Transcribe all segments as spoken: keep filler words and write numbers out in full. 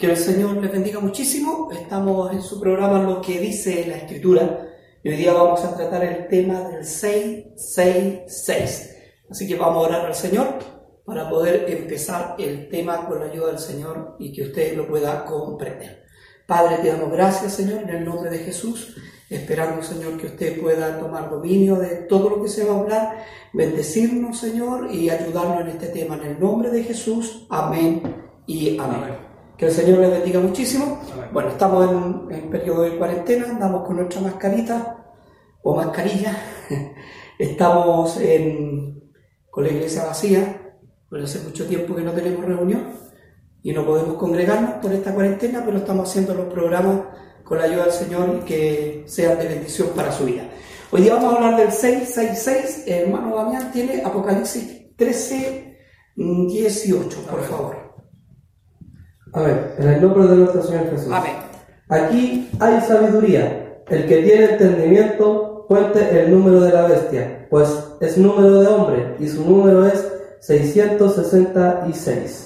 Que el Señor les bendiga muchísimo. Estamos en su programa Lo que dice la Escritura y hoy día vamos a tratar el tema del seis seis seis. Así que vamos a orar al Señor para poder empezar el tema con la ayuda del Señor y que usted lo pueda comprender. Padre, te damos gracias, Señor, en el nombre de Jesús, esperando, Señor, que usted pueda tomar dominio de todo lo que se va a hablar, bendecirnos, Señor, y ayudarnos en este tema. En el nombre de Jesús, amén y amén. Amén. Que el Señor les bendiga muchísimo. Amén. Bueno, estamos en, en periodo de cuarentena, andamos con nuestra mascarita o mascarilla. Estamos en, con la iglesia vacía, porque hace mucho tiempo que no tenemos reunión y no podemos congregarnos por esta cuarentena, pero estamos haciendo los programas con la ayuda del Señor y que sean de bendición para su vida. Hoy día vamos a hablar del seis seis seis. El hermano Damián tiene Apocalipsis trece dieciocho, por favor. A ver, en el nombre de nuestro Señor Jesús. Amén. Aquí hay sabiduría. El que tiene entendimiento, cuente el número de la bestia, pues es número de hombre y su número es seiscientos sesenta y seis.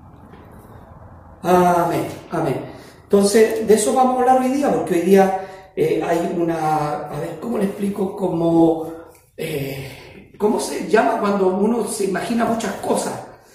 Amén, amén. Entonces, de eso vamos a hablar hoy día, porque hoy día eh, hay una, a ver, ¿cómo le explico? Como, eh, ¿cómo se llama cuando uno se imagina muchas cosas?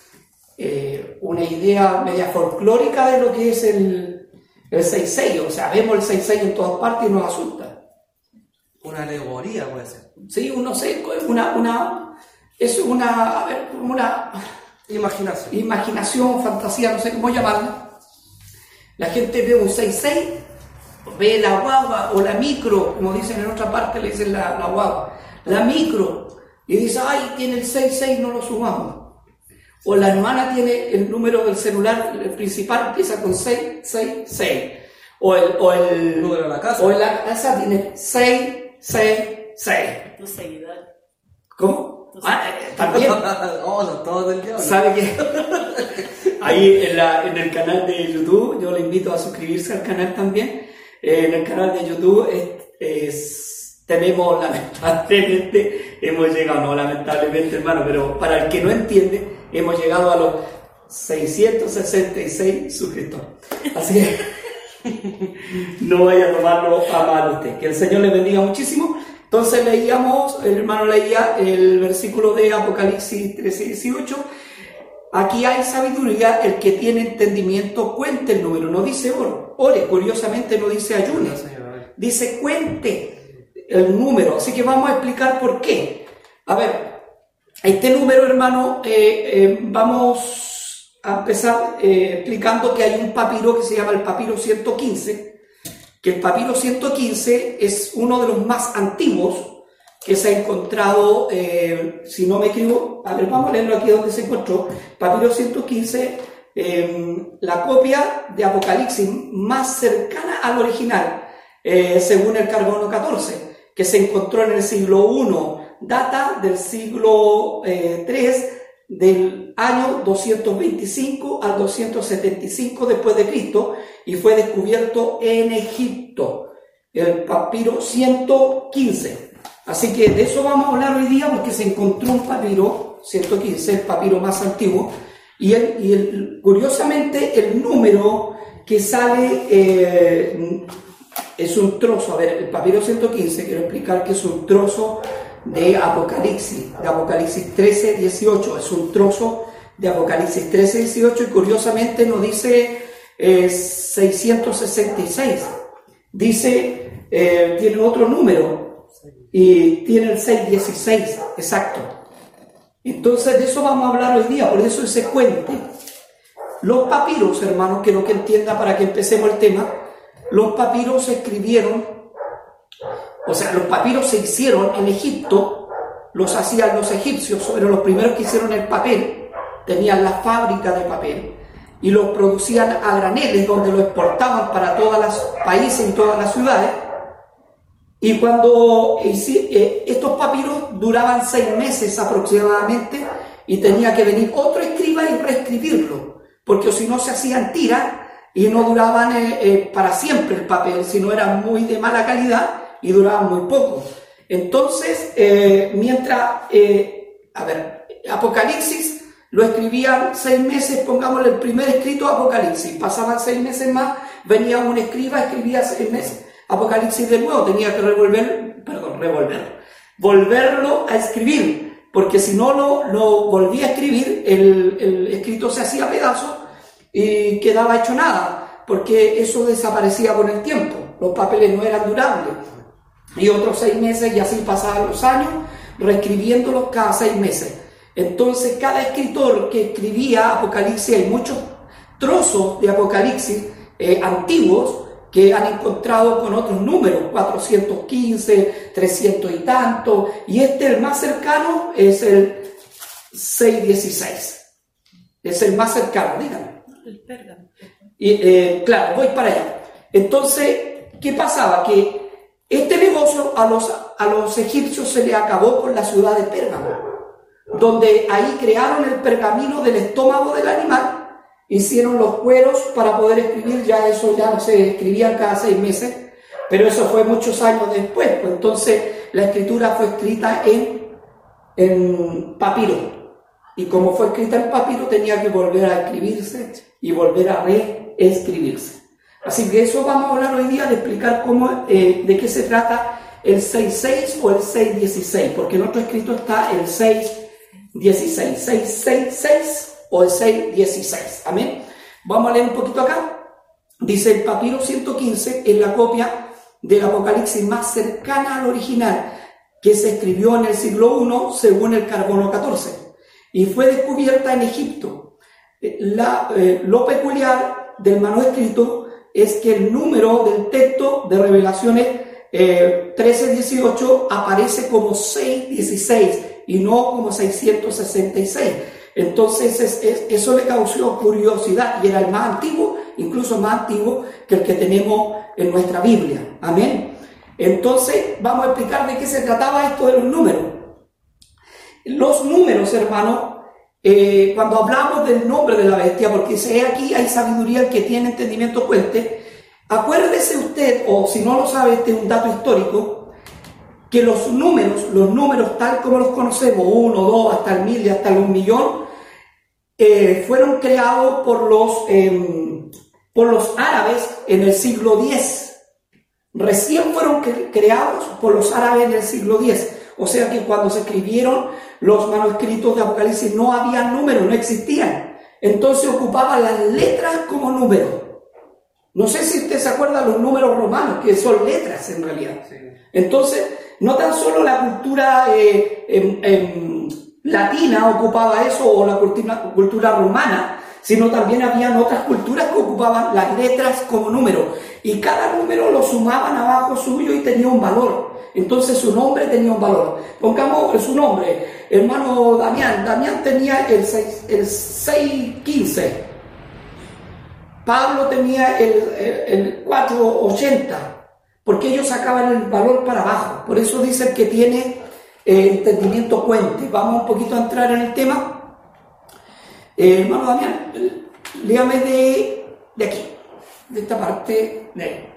Eh, una idea media folclórica de lo que es el, el seis seis, o sea, vemos el seis seis en todas partes y nos asusta. Una alegoría puede ser. Sí, uno sé, una, una, es una, a ver, una... Imaginación. Imaginación, fantasía, no sé cómo llamarla. La gente ve un seis seis, ve la guagua o la micro, como dicen en otra parte, le dicen la, la guagua, la micro, y dice, ay, tiene el seis seis, no lo sumamos. O la hermana tiene el número del celular, el principal empieza con seis seis seis. O el, o el número de la casa. O en la casa tiene seis seis seis. Tu seguidor. ¿Cómo? Ah, eh, también. Oh, son todos del diablo. ¿Sabe qué? Ahí en, la, en el canal de YouTube, yo le invito a suscribirse al canal también. Eh, en el canal de YouTube es, es, tenemos, lamentablemente, hemos llegado, no lamentablemente, hermano, pero para el que no entiende, hemos llegado a los seiscientos sesenta y seis suscriptores. Así que no vaya a tomarlo a mal usted. Que el Señor le bendiga muchísimo. Entonces leíamos, el hermano leía el versículo de Apocalipsis trece dieciocho. Aquí hay sabiduría, el que tiene entendimiento cuente el número. No dice oro, ore, curiosamente no dice ayune. Dice cuente el número. Así que vamos a explicar por qué. A ver, este número, hermano, eh, eh, vamos a empezar eh, explicando que hay un papiro que se llama el papiro ciento quince. Que el papiro ciento quince es uno de los más antiguos que se ha encontrado, eh, si no me equivoco, a ver, vamos a leerlo aquí donde se encontró, papiro ciento quince, eh, la copia de Apocalipsis más cercana al original, eh, según el carbono catorce, que se encontró en el siglo primero, data del siglo eh, tres, del año doscientos veinticinco al doscientos setenta y cinco después de Cristo, y fue descubierto en Egipto, el papiro ciento quince. Así que de eso vamos a hablar hoy día, porque se encontró un papiro ciento quince, el papiro más antiguo, y, el, y el, curiosamente el número que sale eh, es un trozo. A ver, el papiro ciento quince, quiero explicar que es un trozo de Apocalipsis, de Apocalipsis trece dieciocho, es un trozo de Apocalipsis trece dieciocho, y curiosamente no dice eh, seiscientos sesenta y seis, dice, eh, tiene otro número, y tiene el seiscientos dieciséis, exacto. Entonces de eso vamos a hablar hoy día, por eso ese cuente. Los papiros, hermanos, quiero que entienda para que empecemos el tema, los papiros se escribieron, o sea, los papiros se hicieron en Egipto, los hacían los egipcios, fueron los primeros que hicieron el papel, tenían la fábrica de papel, y los producían a graneles, donde lo exportaban para todos los países y todas las ciudades. Y cuando eh, estos papiros duraban seis meses aproximadamente, y tenía que venir otro escriba y reescribirlo, porque si no se hacían tiras y no duraban eh, eh, para siempre el papel, sino eran muy de mala calidad y duraban muy poco. Entonces, eh, mientras, eh, a ver, Apocalipsis lo escribían seis meses, pongámosle el primer escrito Apocalipsis, pasaban seis meses más, venía un escriba, escribía seis meses, Apocalipsis de nuevo, tenía que revolver, perdón, revolver, volverlo a escribir, porque si no lo, lo volvía a escribir, el, el escrito se hacía pedazos y quedaba hecho nada, porque eso desaparecía con el tiempo, los papeles no eran durables. Y otros seis meses, y así pasaban los años, reescribiéndolos cada seis meses. Entonces, cada escritor que escribía Apocalipsis, hay muchos trozos de Apocalipsis eh, antiguos que han encontrado con otros números, cuatrocientos quince, trescientos y tanto, y este, el más cercano, es el seiscientos dieciséis. Es el más cercano, díganme. El Pérgamo. Y, eh, claro, voy para allá. Entonces, ¿qué pasaba? Que este negocio a los, a los egipcios se le acabó con la ciudad de Pérgamo, donde ahí crearon el pergamino del estómago del animal, hicieron los cueros para poder escribir, ya eso ya no se escribían cada seis meses, pero eso fue muchos años después, pues entonces la escritura fue escrita en, en papiro, y como fue escrita en papiro tenía que volver a escribirse y volver a reescribirse. Así que eso vamos a hablar hoy día, de explicar cómo, eh, de qué se trata el seis seis o el seis dieciséis, porque en otro escrito está el seis dieciséis, seis seis seis o el seis dieciséis. Amén. Vamos a leer un poquito acá. Dice: el papiro ciento quince es la copia del Apocalipsis más cercana al original, que se escribió en el siglo primero según el carbono catorce y fue descubierta en Egipto. La, eh, lo peculiar del manuscrito es que el número del texto de Revelaciones eh, trece dieciocho aparece como seiscientos dieciséis y no como seiscientos sesenta y seis. Entonces es, es, eso le causó curiosidad, y era el más antiguo, incluso más antiguo que el que tenemos en nuestra Biblia. Amén. Entonces vamos a explicar de qué se trataba esto de los números. Los números, hermanos, Eh, cuando hablamos del nombre de la bestia, porque si hay aquí hay sabiduría, el que tiene entendimiento cuente, acuérdese usted, o si no lo sabe, este es un dato histórico, que los números, los números tal como los conocemos, uno, dos, hasta el mil y hasta el un millón, eh, fueron creados por los, eh, por los árabes en el siglo diez. Recién fueron cre- creados por los árabes en el siglo diez. O sea que cuando se escribieron los manuscritos de Apocalipsis no había números, no existían. Entonces ocupaban las letras como números. No sé si usted se acuerda de los números romanos, que son letras en realidad. Sí. Entonces, no tan solo la cultura eh, em, em, latina ocupaba eso, o la cultura, cultura romana, sino también habían otras culturas que ocupaban las letras como números. Y cada número lo sumaban abajo suyo y tenía un valor. Entonces su nombre tenía un valor. Pongamos su nombre, hermano Damián. Damián tenía el, seis, el seiscientos quince. Pablo tenía el, el, el cuatrocientos ochenta. Porque ellos sacaban el valor para abajo. Por eso dicen que tiene eh, entendimiento cuente. Vamos un poquito a entrar en el tema. Eh, hermano Damián, léame de, de aquí, de esta parte de ahí.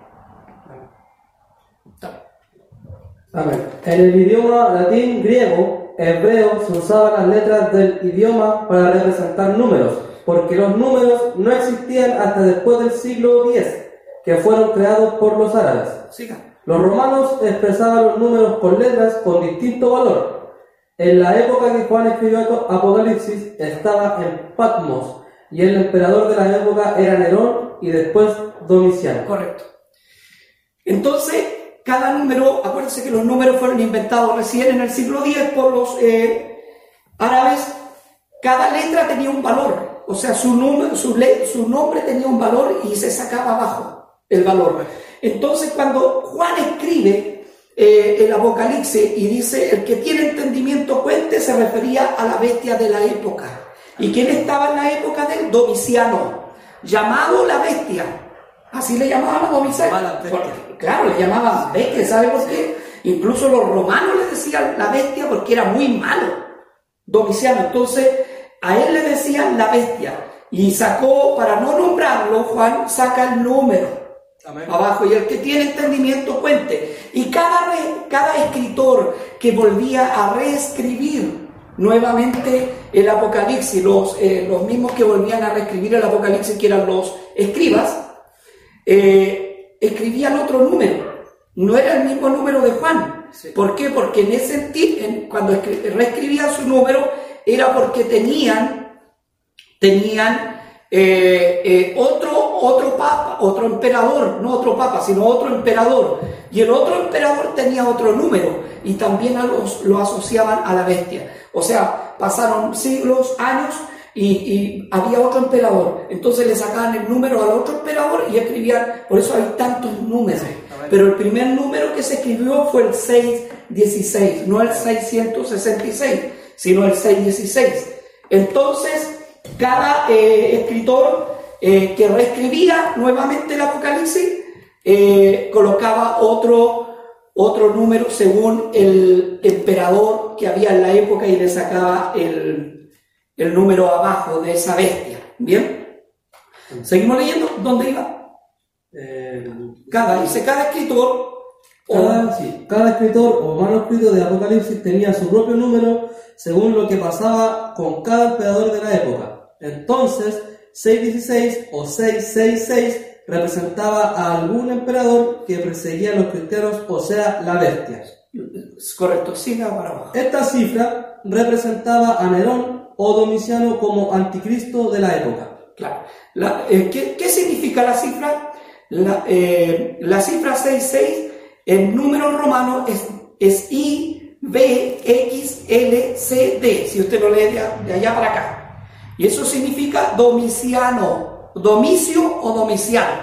Amén. En el idioma latín, griego, hebreo, se usaban las letras del idioma para representar números, porque los números no existían hasta después del siglo diez, que fueron creados por los árabes. Siga. Los romanos expresaban los números con letras con distinto valor. En la época que Juan escribió Apocalipsis, estaba en Patmos, y el emperador de la época era Nerón y después Domiciano. Correcto. Entonces, cada número, acuérdense que los números fueron inventados recién en el siglo diez por los eh, árabes. Cada letra tenía un valor, o sea, su, número, su, le, su nombre tenía un valor y se sacaba abajo el valor. Entonces, cuando Juan escribe eh, el Apocalipsis y dice: el que tiene entendimiento cuente, se refería a la bestia de la época. ¿Y quién estaba en la época del Domiciano? Llamado la bestia. Así le llamaban a Domiciano. Claro, le llamaban bestia. ¿Sabe por qué? Incluso los romanos le decían la bestia porque era muy malo. Domiciano. Entonces, a él le decían la bestia. Y sacó, para no nombrarlo, Juan saca el número. Amén. Abajo. Y el que tiene entendimiento cuente. Y cada, re, cada escritor que volvía a reescribir nuevamente el Apocalipsis, los, eh, los mismos que volvían a reescribir el Apocalipsis, que eran los escribas, eh, escribían otro número, no era el mismo número de Juan. Sí. ¿Por qué? Porque en ese sentido, en, cuando escri- reescribían su número, era porque tenían, tenían eh, eh, otro, otro papa, otro emperador, no otro papa, sino otro emperador, y el otro emperador tenía otro número, y también a los- lo asociaban a la bestia. O sea, pasaron siglos, años, y, y había otro emperador, entonces le sacaban el número al otro emperador y escribían, por eso hay tantos números. Sí, a ver. Pero el primer número que se escribió fue el seiscientos dieciséis, no el seiscientos sesenta y seis, sino el seiscientos dieciséis. Entonces, cada eh, escritor eh, que reescribía nuevamente el Apocalipsis eh, colocaba otro, otro número según el emperador que había en la época y le sacaba el, el número abajo de esa bestia. ¿Bien? Seguimos leyendo. ¿Dónde iba? Eh, Cada, dice cada escritor. o- Cada, sí, cada escritor o manuscrito de Apocalipsis tenía su propio número según lo que pasaba con cada emperador de la época. Entonces, seiscientos dieciséis o seiscientos sesenta y seis representaba a algún emperador que perseguía a los cristianos, o sea, la bestia. Es correcto, siga para abajo. Esta cifra representaba a Nerón o Domiciano como anticristo de la época. Claro. La- eh, ¿qué, qué significa la cifra? La, eh, la cifra sesenta y seis en números romanos es, es I, B, X, L, C, D, si usted lo lee de, de allá para acá. Y eso significa Domiciano, Domicio o Domiciano.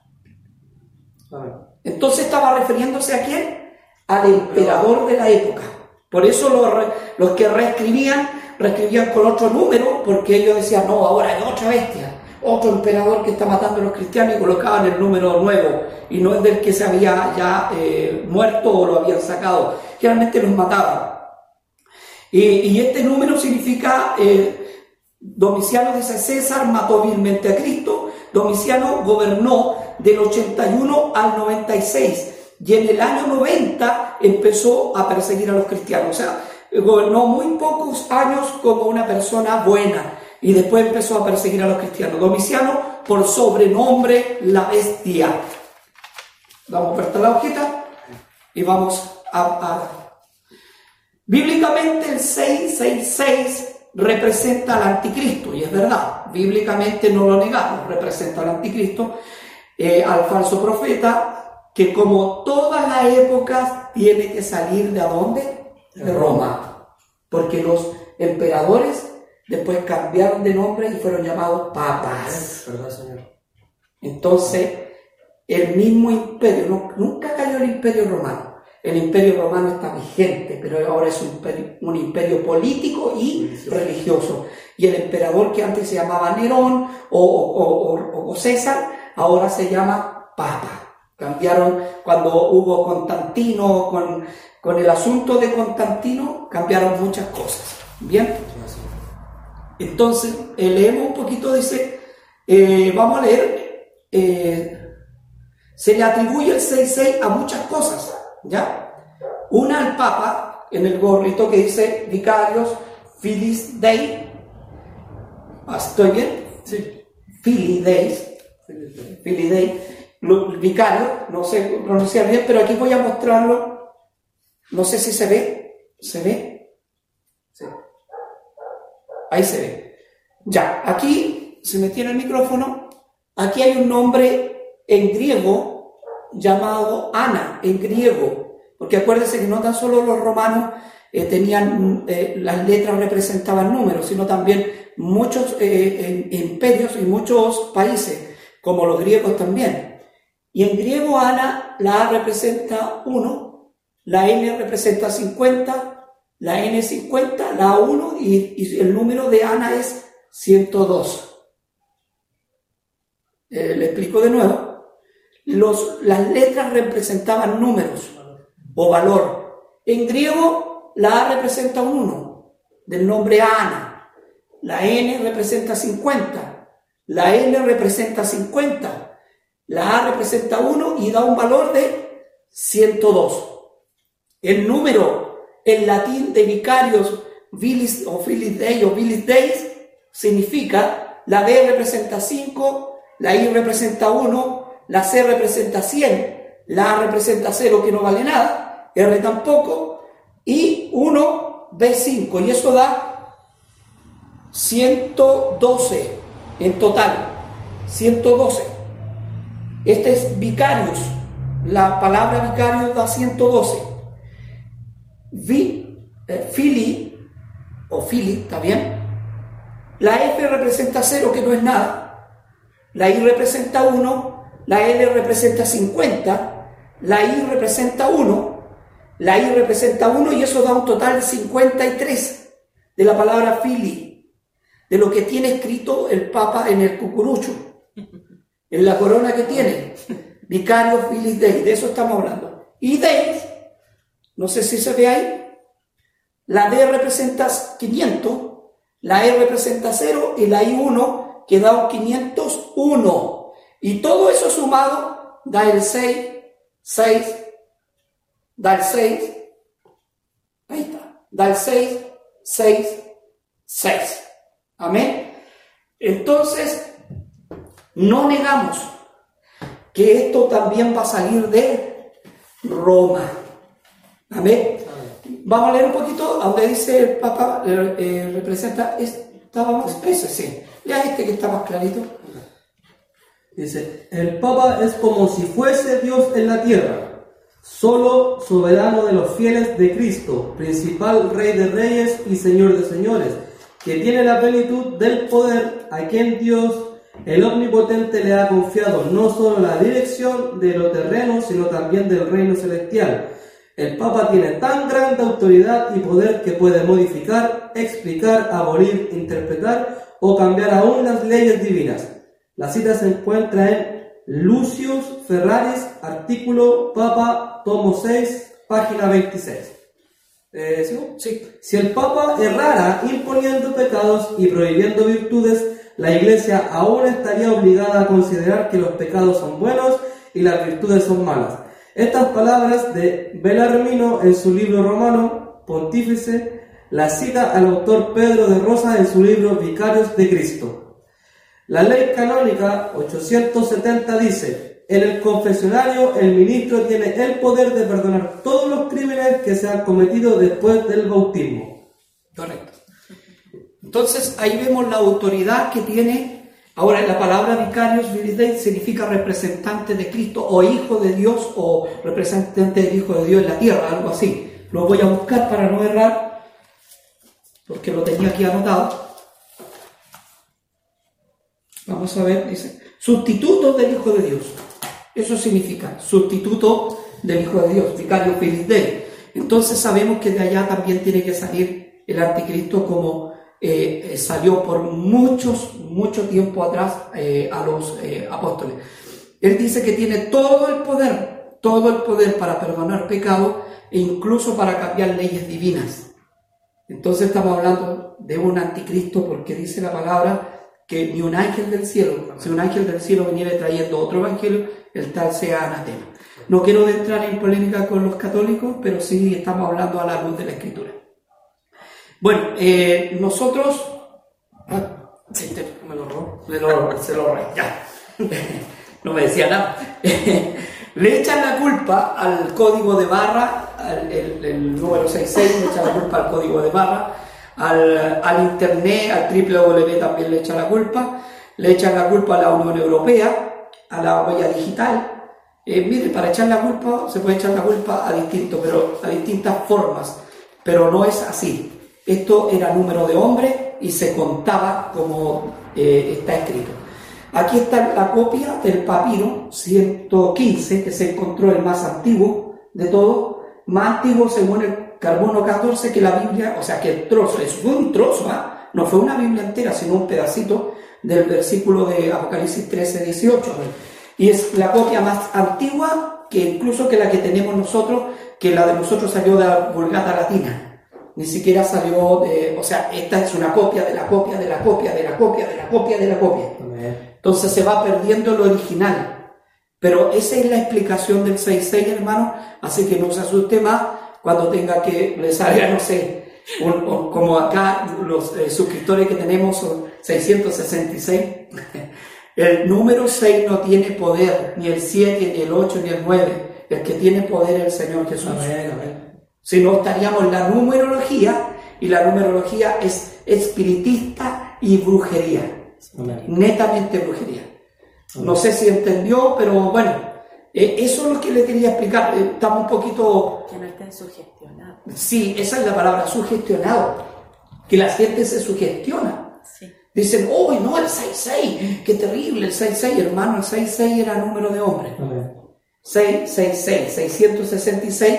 Entonces estaba refiriéndose a quién? Al emperador de la época. Por eso los, re- los que reescribían, reescribían con otro número, porque ellos decían, no, ahora hay otra bestia, otro emperador que está matando a los cristianos, y colocaban el número nuevo, y no es del que se había ya eh, muerto o lo habían sacado. Generalmente los mataban. Y, y este número significa, eh, Domiciano, dice, César mató vilmente a Cristo. Domiciano gobernó del ochenta y uno al noventa y seis, y en el año noventa empezó a perseguir a los cristianos. O sea, gobernó muy pocos años como una persona buena, y después empezó a perseguir a los cristianos. Domiciano, por sobrenombre, la bestia. Vamos a ver la hojita y vamos a... a... Bíblicamente el seiscientos sesenta y seis representa al anticristo, y es verdad, bíblicamente no lo negamos, representa al anticristo, eh, al falso profeta, que como todas las épocas tiene que salir ¿de dónde? De Roma, porque los emperadores después cambiaron de nombre y fueron llamados papas. ¿Verdad, señor? Entonces, el mismo imperio, no- nunca cayó el imperio romano. El imperio romano está vigente, pero ahora es un imperio, un imperio político y Religioso. religioso. Y el emperador que antes se llamaba Nerón o, o- o- o César, ahora se llama Papa. Cambiaron cuando hubo Constantino, con, con el asunto de Constantino, cambiaron muchas cosas. Bien. Entonces, eh, leemos un poquito, dice, eh, vamos a leer, eh, se le atribuye el seiscientos sesenta y seis a muchas cosas, ¿ya? Una al Papa, en el gorrito que dice Vicarios Filis Dei. Ah, ¿estoy bien? Sí. Filii Deis, Filii Dei, lo- Vicario, no sé pronunciar bien, pero aquí voy a mostrarlo, no sé si se ve, ¿se ve? Sí. Ahí se ve. Ya, aquí se me tiene el micrófono. Aquí hay un nombre en griego llamado Ana, en griego. Porque acuérdense que no tan solo los romanos eh, tenían, eh, las letras representaban números, sino también muchos eh, en- imperios y muchos países, como los griegos también. Y en griego Ana, la A representa uno, la N representa cincuenta, la N cincuenta, la A uno, y, y el número de Ana es ciento dos. Eh, le explico de nuevo. Los, las letras representaban números o valor. En griego, la A representa un uno, del nombre Ana. La N representa cincuenta. La L representa cincuenta. La A representa uno y da un valor de ciento dos. El número en latín de Vicarios Vilis o Filis Dei o Vilis Deis significa, la D representa cinco, la I representa uno, la C representa cien, la A representa cero que no vale nada, R tampoco, y uno ve cinco, y eso da ciento doce en total, ciento doce. Este es vicarius, la palabra vicarius da ciento doce. Vi, eh, fili, o fili, ¿está bien? La F representa cero, que no es nada, la I representa uno, la L representa cincuenta, la I representa uno, la I representa uno, y eso da un total de cincuenta y tres de la palabra fili, de lo que tiene escrito el Papa en el cucurucho, en la corona que tiene, Vicario Filis Dei, de eso estamos hablando. Y Deis, no sé si se ve ahí, la D representa quinientos, la E representa cero y la I uno, que da un quinientos uno. Y todo eso sumado da el seis, seis, da el seis, ahí está, da el seis, seis, seis. Amén. Entonces, no negamos que esto también va a salir de Roma. Amén. Vamos a leer un poquito a donde dice el Papa, eh, eh, representa, estaba más espeso, sí. Lea este que está más clarito. Dice, el Papa es como si fuese Dios en la tierra, solo soberano de los fieles de Cristo, principal Rey de reyes y Señor de señores, que tiene la plenitud del poder, a quien Dios, el Omnipotente, le ha confiado no solo la dirección de lo terreno, sino también del reino celestial. El Papa tiene tan grande autoridad y poder que puede modificar, explicar, abolir, interpretar o cambiar aún las leyes divinas. La cita se encuentra en Lucius Ferraris, artículo Papa, tomo seis, página veintiséis. Eh, ¿sigo? Sí. Si el Papa errara imponiendo pecados y prohibiendo virtudes, la Iglesia aún estaría obligada a considerar que los pecados son buenos y las virtudes son malas. Estas palabras de Bellarmino en su libro Romano Pontífice las cita al autor Pedro de Rosa en su libro Vicarios de Cristo. La ley canónica ochocientos setenta dice: en el confesionario el ministro tiene el poder de perdonar todos los crímenes que se han cometido después del bautismo. Correcto. Entonces ahí vemos la autoridad que tiene. Ahora, la palabra vicarios Filis Dei significa representante de Cristo o hijo de Dios o representante del Hijo de Dios en la tierra, algo así. Lo voy a buscar para no errar, porque lo tenía aquí anotado. Vamos a ver, dice, sustituto del Hijo de Dios. Eso significa sustituto del Hijo de Dios, vicario Filis Dei. Entonces sabemos que de allá también tiene que salir el anticristo, como Eh, salió por muchos, mucho tiempo atrás eh, a los eh, apóstoles. Él dice que tiene todo el poder, todo el poder para perdonar pecados e incluso para cambiar leyes divinas. Entonces estamos hablando de un anticristo, porque dice la palabra que ni un ángel del cielo, si un ángel del cielo viniera trayendo otro evangelio, el tal sea anatema. No quiero entrar en polémica con los católicos, pero sí estamos hablando a la luz de la Escritura. Bueno, eh, nosotros... Ah, sí, te, me lo robó, me lo, se lo robé, ya. No me decía nada. Le echan la culpa al código de barra, al, el, el número sesenta y seis, le echan la culpa al código de barra, al, al internet, al doble u doble u doble u también le echan la culpa, le echan la culpa a la Unión Europea, a la huella digital. Eh, mire, para echar la culpa, se puede echar la culpa a distintos, pero a distintas formas, pero no es así. Esto era número de hombres y se contaba como eh, está escrito. Aquí está la copia del papiro ciento quince, que se encontró el más antiguo de todos, más antiguo según el carbono catorce que la Biblia, o sea que el trozo, es un trozo, ¿eh? No fue una Biblia entera, sino un pedacito del versículo de Apocalipsis trece, dieciocho. Y es la copia más antigua que incluso que la que tenemos nosotros, que la de nosotros salió de la Vulgata Latina. Ni siquiera salió de, o sea, esta es una copia de la copia de la copia de la copia de la copia de la copia. Entonces se va perdiendo lo original. Pero esa es la explicación del sesenta y seis, hermano. Así que no se asuste más cuando tenga que le salga, no sé, un, un, como acá los eh, suscriptores que tenemos son seiscientos sesenta y seis, el número seis no tiene poder, ni el siete, ni el ocho, ni el nueve. El que tiene poder es el Señor Jesús. Amén, amén. Si no, estaríamos en la numerología, y la numerología es espiritista y brujería. Amén. Netamente brujería. Amén. No sé si entendió, pero bueno, eh, eso es lo que le quería explicar. Eh, estamos un poquito... Que no estén sugestionados. Sí, esa es la palabra, sugestionado. Que la gente se sugestiona. Sí. Dicen, oh, no, el seis seis, qué terrible el seis seis, hermano, el seis seis era número de hombre. Amén. seis seis seis, seiscientos sesenta y seis,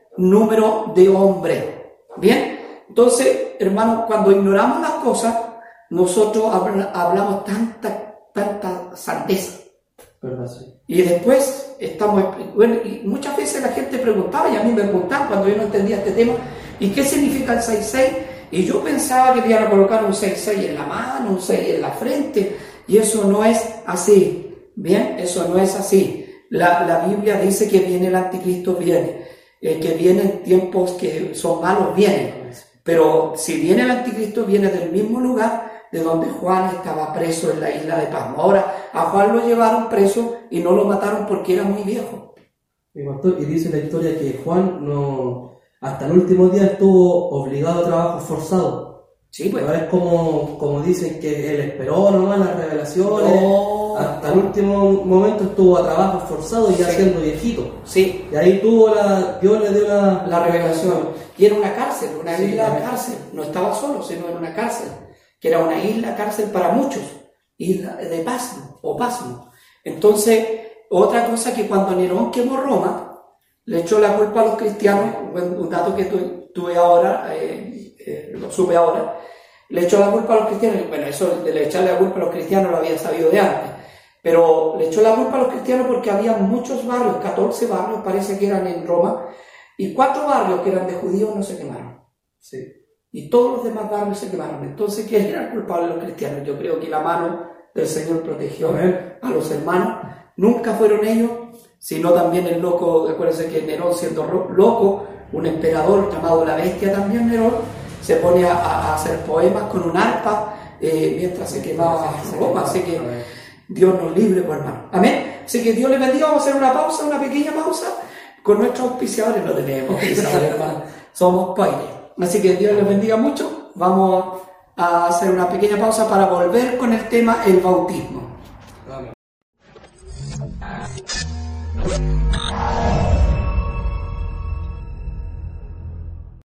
número de hombre. Bien, entonces, hermano, cuando ignoramos las cosas, nosotros habl- hablamos tanta, tanta sandez. ¿Verdad? Sí. Y después estamos, bueno, y muchas veces la gente preguntaba, y a mí me preguntaban cuando yo no entendía este tema, ¿y qué significa el seis seis? Y yo pensaba que iban a colocar un seis seis en la mano, un seis en la frente, y eso no es así. Bien, eso no es así. La, la Biblia dice que viene el anticristo, viene, eh, que vienen tiempos que son malos, vienen. Pero si viene el anticristo, viene del mismo lugar de donde Juan estaba preso en la isla de Pasmo. Ahora, a Juan lo llevaron preso y no lo mataron porque era muy viejo. Y, pastor, y dice la historia que Juan no, hasta el último día estuvo obligado a trabajo forzado. Sí, pues. Ahora es como, como dicen que él esperó nomás las revelaciones, No. hasta el último momento estuvo a trabajo forzado y ya Sí. siendo viejito. Sí, Y ahí tuvo la, Dios le dio la, la revelación. Y era una cárcel, una Sí, isla amén. cárcel. No estaba solo, sino era una cárcel. Que era una isla cárcel para muchos. Isla de Pasmo o Pasmo. Entonces, otra cosa que cuando Nerón quemó Roma, le echó la culpa a los cristianos, un un dato que tu- tuve ahora, eh, eh, lo supe ahora, le echó la culpa a los cristianos. Bueno, eso de echarle la culpa a los cristianos lo había sabido de antes. Pero le echó la culpa a los cristianos porque había muchos barrios, catorce barrios parece que eran en Roma, y cuatro barrios que eran de judíos no se quemaron. Sí. Y todos los demás barrios se quemaron. Entonces, ¿quién era el culpable de los cristianos? Yo creo que la mano del Señor protegió Amén. a los hermanos. Nunca fueron ellos, sino también el loco. Acuérdense que Nerón, siendo ro- loco, un emperador llamado la Bestia también, Nerón, se pone a, a hacer poemas con un arpa eh, mientras se quemaba Roma. Así que Dios nos libre, pues, hermano. Amén. Así que Dios les bendiga. Vamos a hacer una pausa, una pequeña pausa. Con nuestros auspiciadores no tenemos auspiciadores, hermano. Somos Paine. Así que Dios les bendiga mucho. Vamos a hacer una pequeña pausa para volver con el tema el bautismo. Amén.